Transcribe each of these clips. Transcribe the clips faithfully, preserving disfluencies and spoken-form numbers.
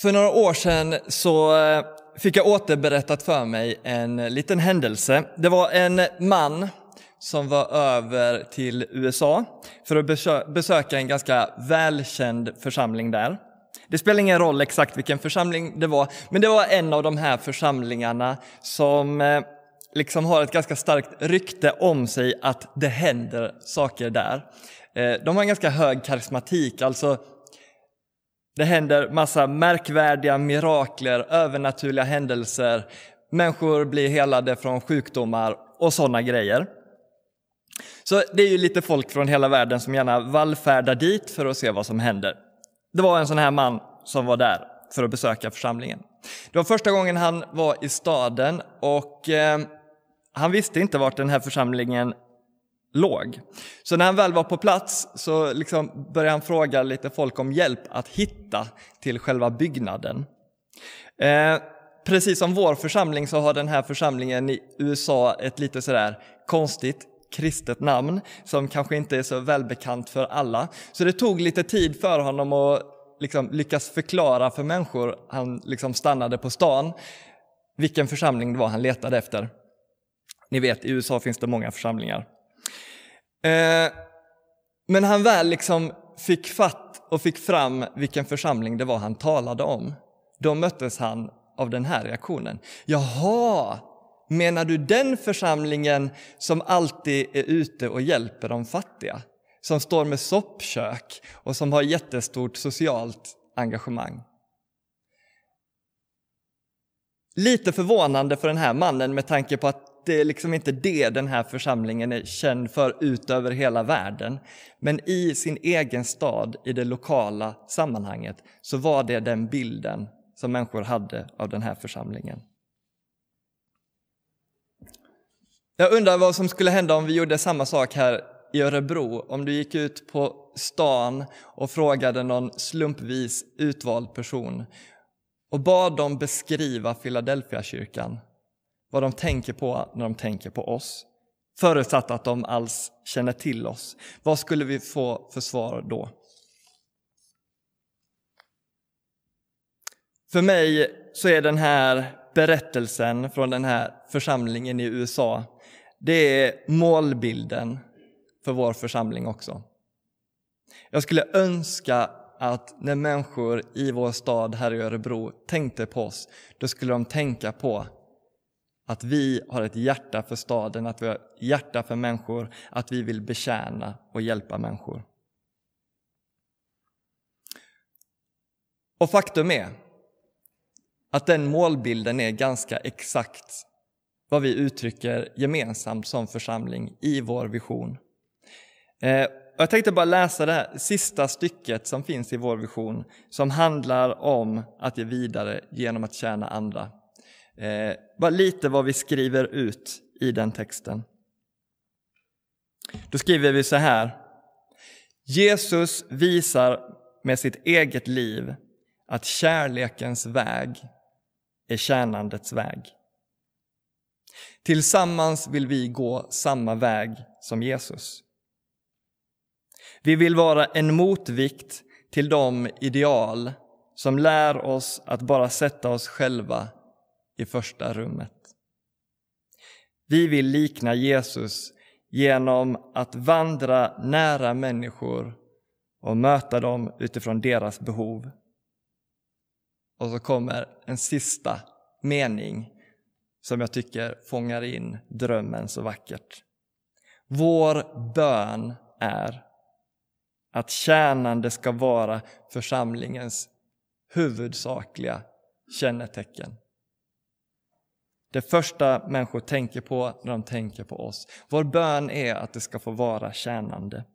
För några år sedan så fick jag återberättat för mig en liten händelse. Det var en man som var över till U S A för att besöka en ganska välkänd församling där. Det spelar ingen roll exakt vilken församling det var, men det var en av de här församlingarna som liksom har ett ganska starkt rykte om sig att det händer saker där. De har en ganska hög karismatik, alltså det händer massa märkvärdiga mirakler, övernaturliga händelser. Människor blir helade från sjukdomar och sådana grejer. Så det är ju lite folk från hela världen som gärna vallfärdar dit för att se vad som händer. Det var en sån här man som var där för att besöka församlingen. Det var första gången han var i staden och eh, han visste inte vart den här församlingen låg. Så när han väl var på plats så liksom började han fråga lite folk om hjälp att hitta till själva byggnaden. Eh, precis som vår församling så har den här församlingen i U S A ett lite sådär konstigt kristet namn som kanske inte är så välbekant för alla. Så det tog lite tid för honom att liksom lyckas förklara för människor. Han liksom stannade på stan vilken församling det var han letade efter. Ni vet, i U S A finns det många församlingar. Men han väl liksom fick fatt och fick fram vilken församling det var han talade om. Då möttes han av den här reaktionen. Jaha, menar du den församlingen som alltid är ute och hjälper de fattiga? Som står med soppkök och som har jättestort socialt engagemang. Lite förvånande för den här mannen med tanke på att det är liksom inte det den här församlingen är känd för ut över hela världen. Men i sin egen stad, i det lokala sammanhanget, så var det den bilden som människor hade av den här församlingen. Jag undrar vad som skulle hända om vi gjorde samma sak här i Örebro. Om du gick ut på stan och frågade någon slumpvis utvald person och bad dem beskriva Philadelphia-kyrkan. Vad de tänker på när de tänker på oss. Förutsatt att de alls känner till oss. Vad skulle vi få för svar då? För mig så är den här berättelsen från den här församlingen i U S A. Det är målbilden för vår församling också. Jag skulle önska att när människor i vår stad här i Örebro tänkte på oss. Då skulle de tänka på att vi har ett hjärta för staden, att vi har ett hjärta för människor, att vi vill betjäna och hjälpa människor. Och faktum är att den målbilden är ganska exakt vad vi uttrycker gemensamt som församling i vår vision. Eh, jag tänkte bara läsa det här sista stycket som finns i vår vision som handlar om att ge vidare genom att tjäna andra. Eh, bara lite vad vi skriver ut i den texten. Då skriver vi så här. Jesus visar med sitt eget liv att kärlekens väg är tjänandets väg. Tillsammans vill vi gå samma väg som Jesus. Vi vill vara en motvikt till de ideal som lär oss att bara sätta oss själva i första rummet. Vi vill likna Jesus genom att vandra nära människor och möta dem utifrån deras behov. Och så kommer en sista mening som jag tycker fångar in drömmen så vackert. Vår bön är att tjänande ska vara församlingens huvudsakliga kännetecken. Det första människor tänker på när de tänker på oss. Vår bön är att det ska få vara tjänande.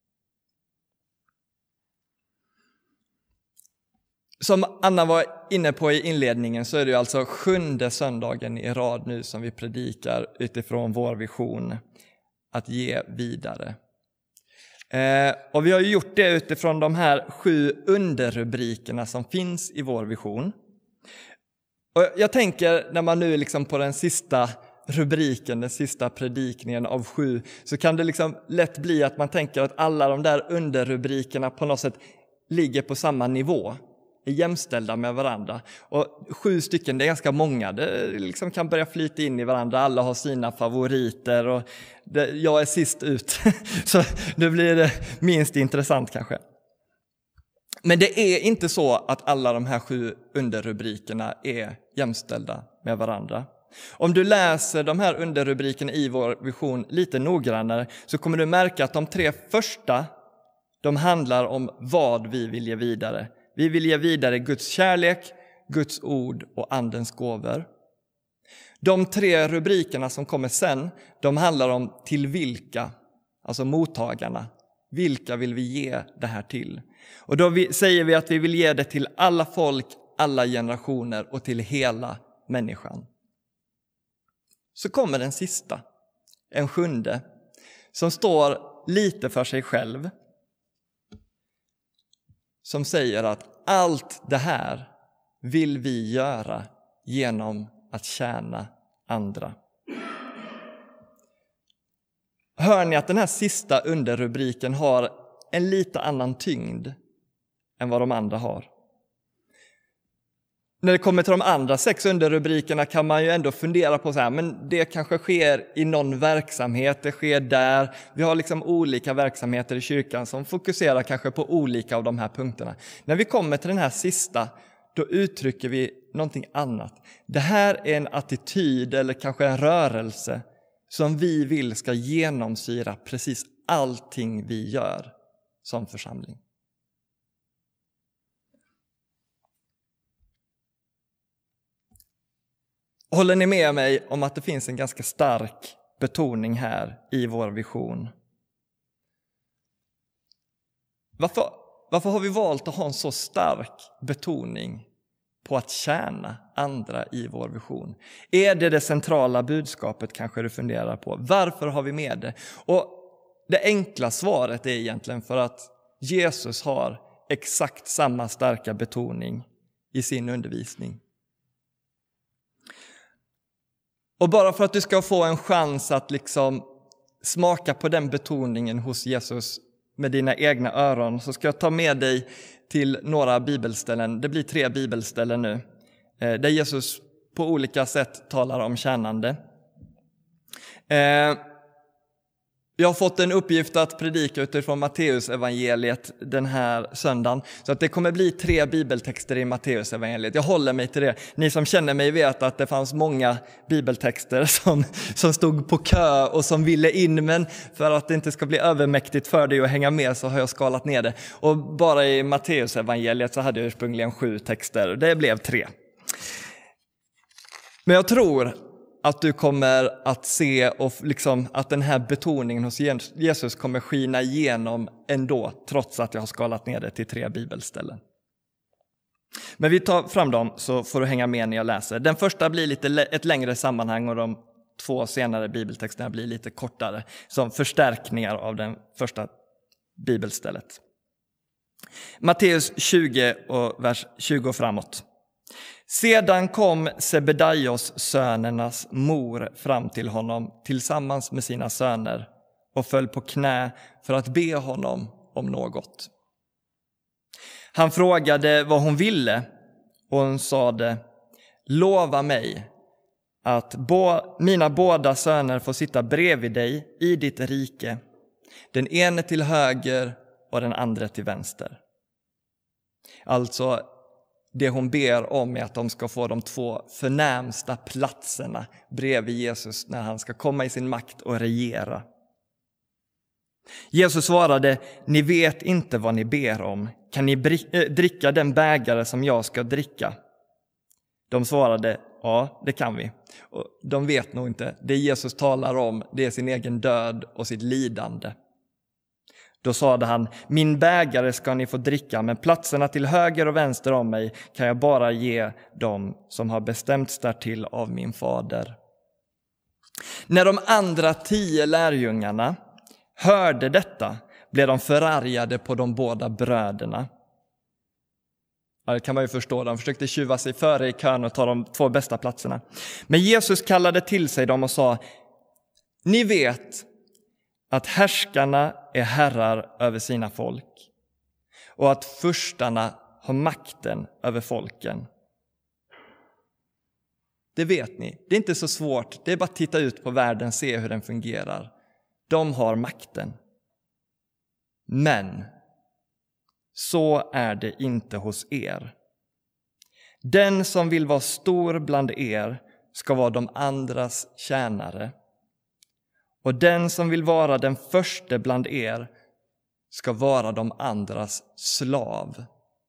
Som Anna var inne på i inledningen så är det alltså sjunde söndagen i rad nu som vi predikar utifrån vår vision att ge vidare. Eh, och vi har ju gjort det utifrån de här sju underrubrikerna som finns i vår vision. Och jag tänker när man nu liksom på den sista rubriken, den sista predikningen av sju, så kan det liksom lätt bli att man tänker att alla de där underrubrikerna på något sätt ligger på samma nivå. är jämställda med varandra. Och sju stycken, det är ganska många. Det liksom kan börja flyta in i varandra. Alla har sina favoriter och det, jag är sist ut. Så nu blir det minst intressant kanske. Men det är inte så att alla de här sju underrubrikerna är jämställda med varandra. Om du läser de här underrubrikerna i vår vision lite noggrannare så kommer du märka att de tre första, de handlar om vad vi vill ge vidare. Vi vill ge vidare Guds kärlek, Guds ord och andens gåvor. De tre rubrikerna som kommer sen, de handlar om till vilka, alltså mottagarna. Vilka vill vi ge det här till? Och då vi, säger vi att vi vill ge det till alla folk, alla generationer och till hela människan. Så kommer den sista, en sjunde, som står lite för sig själv. Som säger att allt det här vill vi göra genom att tjäna andra. Hör ni att den här sista underrubriken har en lite annan tyngd än vad de andra har? När det kommer till de andra sex underrubrikerna kan man ju ändå fundera på så här, men det kanske sker i någon verksamhet, det sker där. Vi har liksom olika verksamheter i kyrkan som fokuserar kanske på olika av de här punkterna. När vi kommer till den här sista, då uttrycker vi någonting annat. Det här är en attityd eller kanske en rörelse som vi vill ska genomsyra precis allting vi gör som församling. Håller ni med mig om att det finns en ganska stark betoning här i vår vision? Varför, varför har vi valt att ha en så stark betoning på att tjäna andra i vår vision? Är det det centrala budskapet kanske du funderar på? Varför har vi med det? Och det enkla svaret är egentligen för att Jesus har exakt samma starka betoning i sin undervisning. Och bara för att du ska få en chans att liksom smaka på den betoningen hos Jesus med dina egna öron så ska jag ta med dig till några bibelställen. Det blir tre bibelställen nu där Jesus på olika sätt talar om tjänande. Jag har fått en uppgift att predika utifrån Matteus evangeliet den här söndagen. Så att det kommer bli tre bibeltexter i Matteus evangeliet. Jag håller mig till det. Ni som känner mig vet att det fanns många bibeltexter som, som stod på kö och som ville in. Men för att det inte ska bli övermäktigt för dig att hänga med så har jag skalat ner det. Och bara i Matteus evangeliet så hade jag ursprungligen sju texter. Det blev tre. Men jag tror att du kommer att se och liksom att den här betoningen hos Jesus kommer skina igenom ändå, trots att jag har skalat ner det till tre bibelställen. Men vi tar fram dem så får du hänga med när jag läser. Den första blir lite ett längre sammanhang och de två senare bibeltexterna blir lite kortare som förstärkningar av den första bibelstället. Matteus tjugo och vers tjugo framåt. Sedan kom Sebedaios sönernas mor fram till honom tillsammans med sina söner och föll på knä för att be honom om något. Han frågade vad hon ville och hon sade: lova mig att bo- mina båda söner får sitta bredvid dig i ditt rike, den ene till höger och den andra till vänster. Alltså, det hon ber om är att de ska få de två förnämsta platserna bredvid Jesus när han ska komma i sin makt och regera. Jesus svarade: ni vet inte vad ni ber om. Kan ni dricka den bägare som jag ska dricka? De svarade: ja, det kan vi. Och de vet nog inte. Det Jesus talar om, det är sin egen död och sitt lidande. Då sade han: min bägare ska ni få dricka, men platserna till höger och vänster om mig kan jag bara ge dem som har bestämts därtill av min fader. När de andra tio lärjungarna hörde detta blev de förargade på de båda bröderna. Ja, det kan man ju förstå. De försökte tjuva sig före i kön och ta de två bästa platserna. Men Jesus kallade till sig dem och sa: ni vet att härskarna är herrar över sina folk och att furstarna har makten över folken. Det vet ni. Det är inte så svårt. Det är bara att titta ut på världen och se hur den fungerar. De har makten. Men så är det inte hos er. Den som vill vara stor bland er ska vara de andras tjänare. Och den som vill vara den första bland er ska vara de andras slav.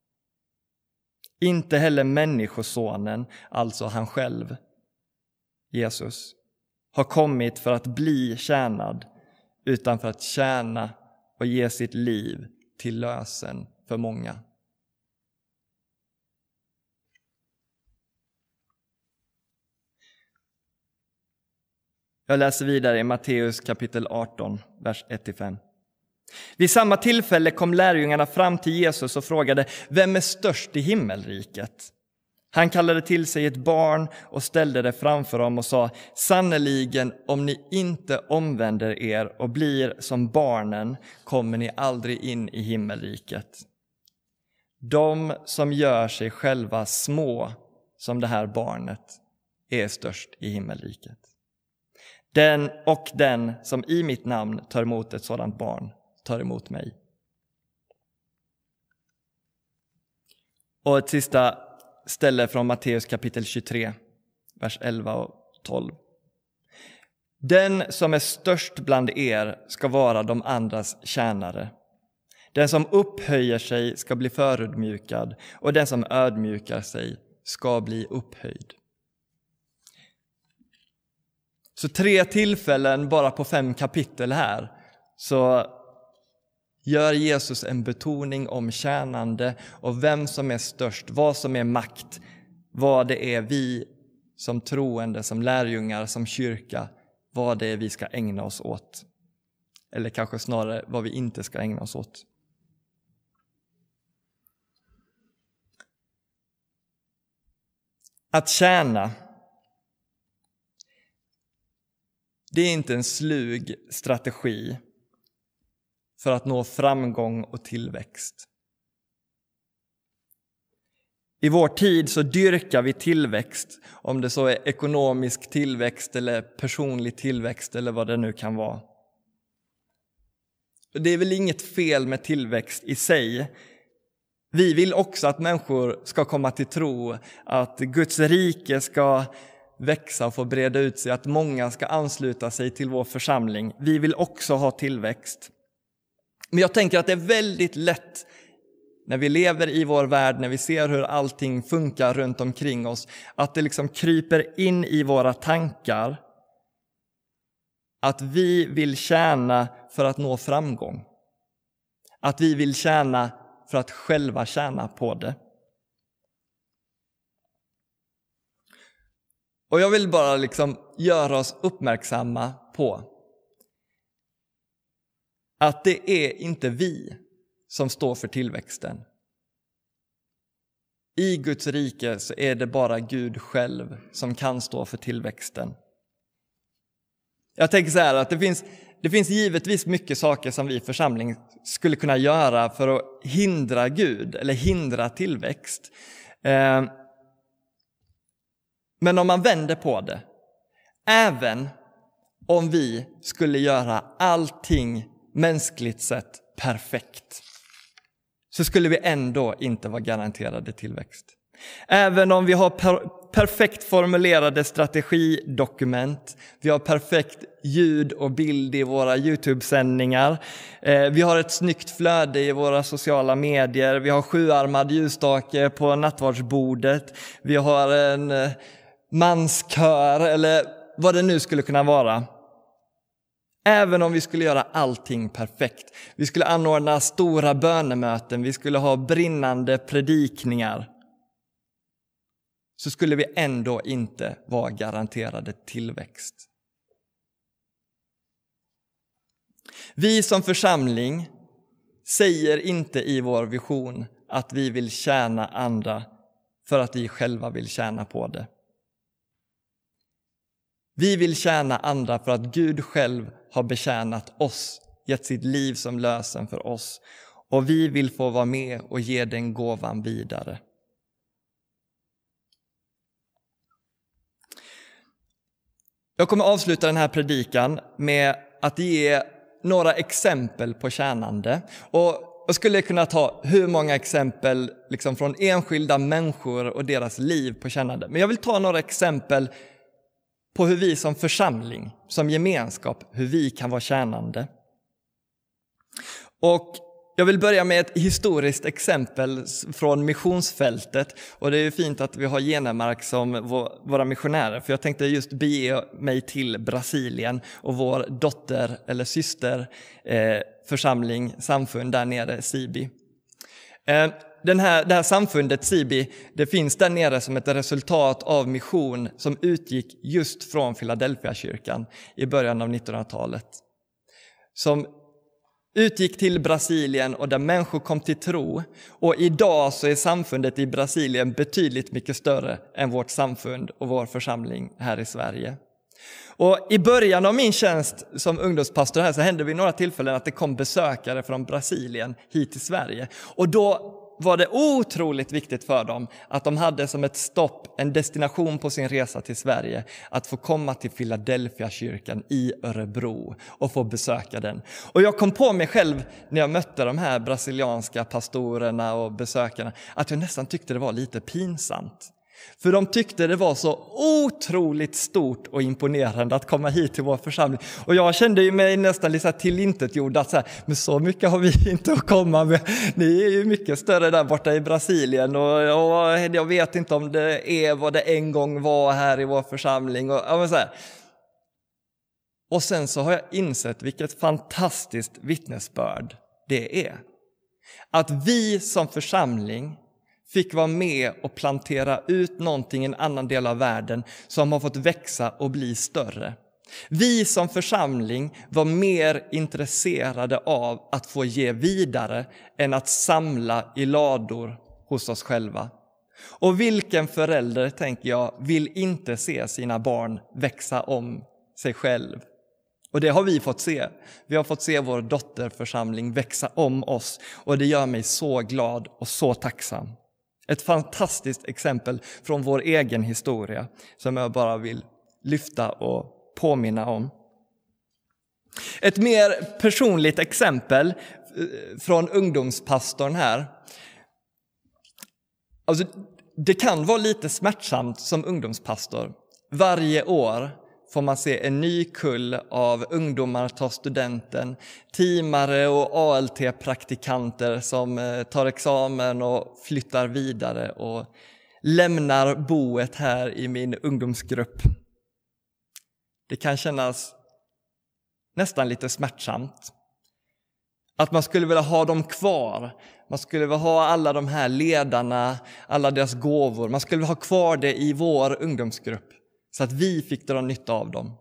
Inte heller människosonen, alltså han själv, Jesus, har kommit för att bli tjänad, utan för att tjäna och ge sitt liv till lösen för många. Jag läser vidare i Matteus kapitel arton, vers ett till fem. Vid samma tillfälle kom lärjungarna fram till Jesus och frågade: vem är störst i himmelriket? Han kallade till sig ett barn och ställde det framför dem och sa: sannoliken, om ni inte omvänder er och blir som barnen kommer ni aldrig in i himmelriket. De som gör sig själva små som det här barnet är störst i himmelriket. Den och den som i mitt namn tar emot ett sådant barn tar emot mig. Och ett sista ställe från Matteus kapitel tjugotre, vers elva och tolv. Den som är störst bland er ska vara de andras tjänare. Den som upphöjer sig ska bli förödmjukad, och den som ödmjukar sig ska bli upphöjd. Så tre tillfällen bara på fem kapitel här så gör Jesus en betoning om tjänande och vem som är störst, vad som är makt, vad det är vi som troende, som lärjungar, som kyrka, vad det är vi ska ägna oss åt. Eller kanske snarare vad vi inte ska ägna oss åt. Att tjäna, det är inte en slug strategi för att nå framgång och tillväxt. I vår tid så dyrkar vi tillväxt, om det så är ekonomisk tillväxt eller personlig tillväxt eller vad det nu kan vara. Det är väl inget fel med tillväxt i sig. Vi vill också att människor ska komma till tro, att Guds rike ska växa och få breda ut sig, att många ska ansluta sig till vår församling. Vi vill också ha tillväxt. Men jag tänker att det är väldigt lätt när vi lever i vår värld, när vi ser hur allting funkar runt omkring oss, att det liksom kryper in i våra tankar att vi vill tjäna för att nå framgång. Att vi vill tjäna för att själva tjäna på det. Och jag vill bara liksom göra oss uppmärksamma på att det är inte vi som står för tillväxten. I Guds rike så är det bara Gud själv som kan stå för tillväxten. Jag tänker så här att det finns, det finns givetvis mycket saker som vi i församling skulle kunna göra för att hindra Gud eller hindra tillväxt. Eh, men om man vänder på det, även om vi skulle göra allting mänskligt sett perfekt, så skulle vi ändå inte vara garanterade tillväxt. Även om vi har per- perfekt formulerade strategidokument, vi har perfekt ljud och bild i våra YouTube-sändningar, eh, vi har ett snyggt flöde i våra sociala medier, vi har sjuarmad ljusstake på nattvardsbordet, vi har en eh, manskör eller vad det nu skulle kunna vara. Även om vi skulle göra allting perfekt, vi skulle anordna stora bönemöten, vi skulle ha brinnande predikningar, så skulle vi ändå inte vara garanterade tillväxt. Vi som församling säger inte i vår vision att vi vill tjäna andra för att vi själva vill tjäna på det. Vi vill tjäna andra för att Gud själv har betjänat oss, gett sitt liv som lösen för oss. Och vi vill få vara med och ge den gåvan vidare. Jag kommer avsluta den här predikan med att ge några exempel på tjänande. Och jag skulle kunna ta hur många exempel liksom från enskilda människor och deras liv på tjänande. Men jag vill ta några exempel på hur vi som församling, som gemenskap, hur vi kan vara tjänande. Och jag vill börja med ett historiskt exempel från missionsfältet. Och det är ju fint att vi har Genemark som våra missionärer. För jag tänkte just bege mig till Brasilien och vår dotter eller syster eh, församling, samfund där nere, Sibi. Eh, den här, det här samfundet Sibi, det finns där nere som ett resultat av mission som utgick just från Philadelphia-kyrkan i början av nittonhundratalet. Som utgick till Brasilien och där människor kom till tro. Och idag så är samfundet i Brasilien betydligt mycket större än vårt samfund och vår församling här i Sverige. Och i början av min tjänst som ungdomspastor här så hände vid några tillfällen att det kom besökare från Brasilien hit till Sverige. Och då var det otroligt viktigt för dem att de hade som ett stopp, en destination på sin resa till Sverige, att få komma till Philadelphia-kyrkan i Örebro och få besöka den. Och jag kom på mig själv när jag mötte de här brasilianska pastorerna och besökarna att jag nästan tyckte det var lite pinsamt. För de tyckte det var så otroligt stort och imponerande att komma hit till vår församling. Och jag kände ju mig nästan lite tillintetgjord att så här, men så mycket har vi inte att komma med. Ni är ju mycket större där borta i Brasilien och, och jag vet inte om det är vad det en gång var här i vår församling. Och, ja, men så här. Och sen så har jag insett vilket fantastiskt vittnesbörd det är. Att vi som församling fick vara med och plantera ut någonting i en annan del av världen som har fått växa och bli större. Vi som församling var mer intresserade av att få ge vidare än att samla i lador hos oss själva. Och vilken förälder, tänker jag, vill inte se sina barn växa om sig själv? Och det har vi fått se. Vi har fått se vår dotterförsamling växa om oss och det gör mig så glad och så tacksam. Ett fantastiskt exempel från vår egen historia som jag bara vill lyfta och påminna om. Ett mer personligt exempel från ungdomspastorn här. Alltså, det kan vara lite smärtsamt som ungdomspastor. Varje år får man se en ny kull av ungdomar ta studenten, teamare och A L T-praktikanter som tar examen och flyttar vidare och lämnar boet här i min ungdomsgrupp. Det kan kännas nästan lite smärtsamt. Att man skulle vilja ha dem kvar. Man skulle vilja ha alla de här ledarna, alla deras gåvor. Man skulle vilja ha kvar det i vår ungdomsgrupp. Så att vi fick dra nytta av dem.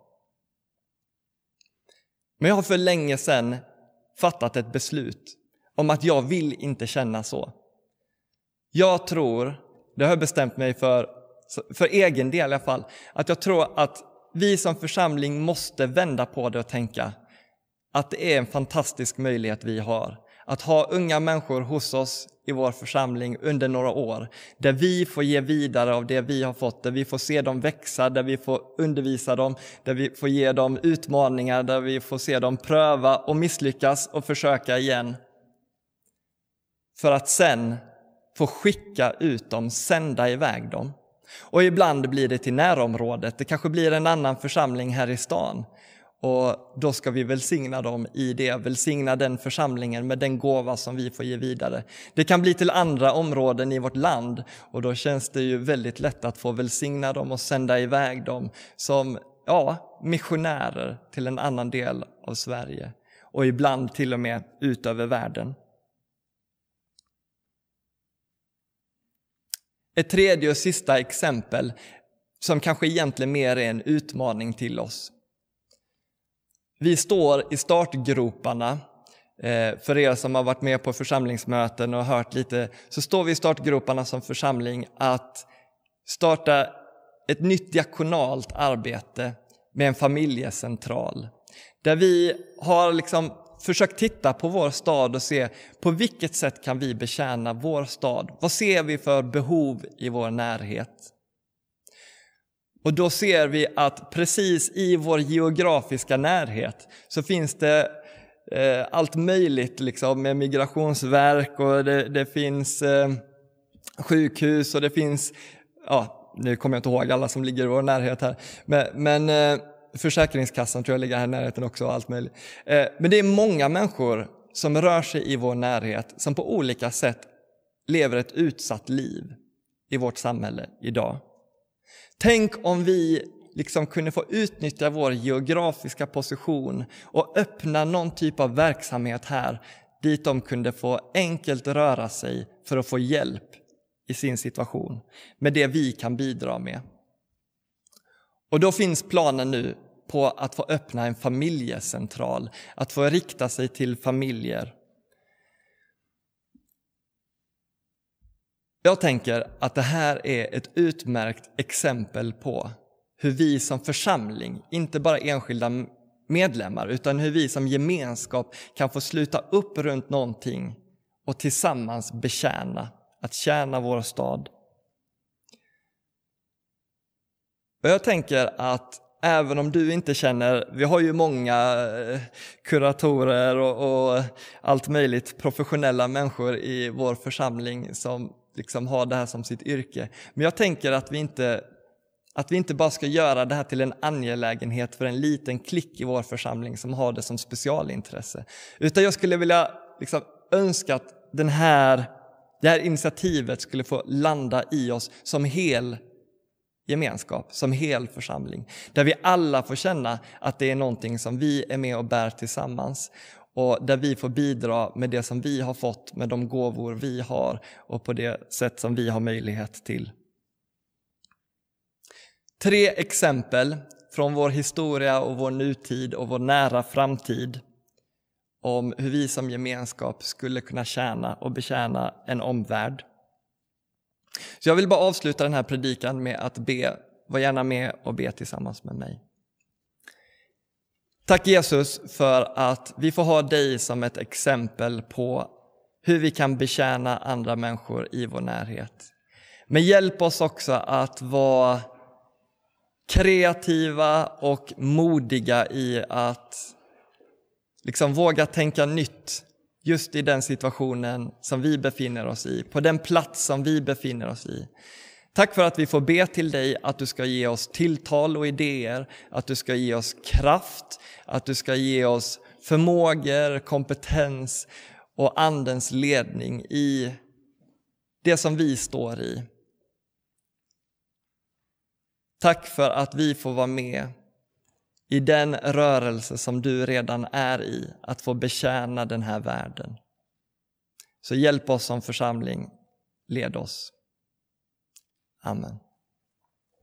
Men jag har för länge sedan fattat ett beslut om att jag vill inte känna så. Jag tror, det har jag bestämt mig för, för egen del i alla fall, att jag tror att vi som församling måste vända på det och tänka att det är en fantastisk möjlighet vi har. Att ha unga människor hos oss i vår församling under några år. Där vi får ge vidare av det vi har fått. Där vi får se dem växa. Där vi får undervisa dem. Där vi får ge dem utmaningar. Där vi får se dem pröva och misslyckas och försöka igen. För att sen få skicka ut dem, sända iväg dem. Och ibland blir det till närområdet. Det kanske blir en annan församling här i stan. Och då ska vi välsigna dem i det, välsigna den församlingen med den gåva som vi får ge vidare. Det kan bli till andra områden i vårt land och då känns det ju väldigt lätt att få välsigna dem och sända iväg dem som ja, missionärer till en annan del av Sverige. Och ibland till och med ut över världen. Ett tredje och sista exempel som kanske egentligen mer är en utmaning till oss. Vi står i startgroparna, för er som har varit med på församlingsmöten och hört lite, så står vi i startgroparna som församling att starta ett nytt diakonalt arbete med en familjecentral. Där vi har liksom försök titta på vår stad och se på vilket sätt kan vi betjäna vår stad. Vad ser vi för behov i vår närhet? Och då ser vi att precis i vår geografiska närhet så finns det eh, allt möjligt liksom, med migrationsverk och det, det finns eh, sjukhus och det finns, ja, nu kommer jag inte ihåg alla som ligger i vår närhet här, men, men eh, Försäkringskassan tror jag ligger här i närheten också och allt möjligt. Eh, men det är många människor som rör sig i vår närhet som på olika sätt lever ett utsatt liv i vårt samhälle idag. Tänk om vi liksom kunde få utnyttja vår geografiska position och öppna någon typ av verksamhet här dit de kunde få enkelt röra sig för att få hjälp i sin situation med det vi kan bidra med. Och då finns planen nu på att få öppna en familjecentral, att få rikta sig till familjer. Jag tänker att det här är ett utmärkt exempel på hur vi som församling, inte bara enskilda medlemmar, utan hur vi som gemenskap kan få sluta upp runt någonting och tillsammans betjäna, att tjäna vår stad. Och jag tänker att även om du inte känner, vi har ju många kuratorer och, och allt möjligt professionella människor i vår församling som liksom har det här som sitt yrke. Men jag tänker att vi inte, att vi inte bara ska göra det här till en angelägenhet för en liten klick i vår församling som har det som specialintresse. Utan jag skulle vilja liksom önska att den här, det här initiativet skulle få landa i oss som hel gemenskap, som hel församling. Där vi alla får känna att det är någonting som vi är med och bär tillsammans. Och där vi får bidra med det som vi har fått, med de gåvor vi har och på det sätt som vi har möjlighet till. Tre exempel från vår historia och vår nutid och vår nära framtid om hur vi som gemenskap skulle kunna tjäna och betjäna en omvärld. Så jag vill bara avsluta den här predikan med att be, var gärna med och be tillsammans med mig. Tack Jesus för att vi får ha dig som ett exempel på hur vi kan betjäna andra människor i vår närhet. Men hjälp oss också att vara kreativa och modiga i att liksom våga tänka nytt just i den situationen som vi befinner oss i, på den plats som vi befinner oss i. Tack för att vi får be till dig att du ska ge oss tilltal och idéer, att du ska ge oss kraft, att du ska ge oss förmågor, kompetens och andens ledning i det som vi står i. Tack för att vi får vara med i den rörelse som du redan är i, att få betjäna den här världen. Så hjälp oss som församling, led oss. Amen.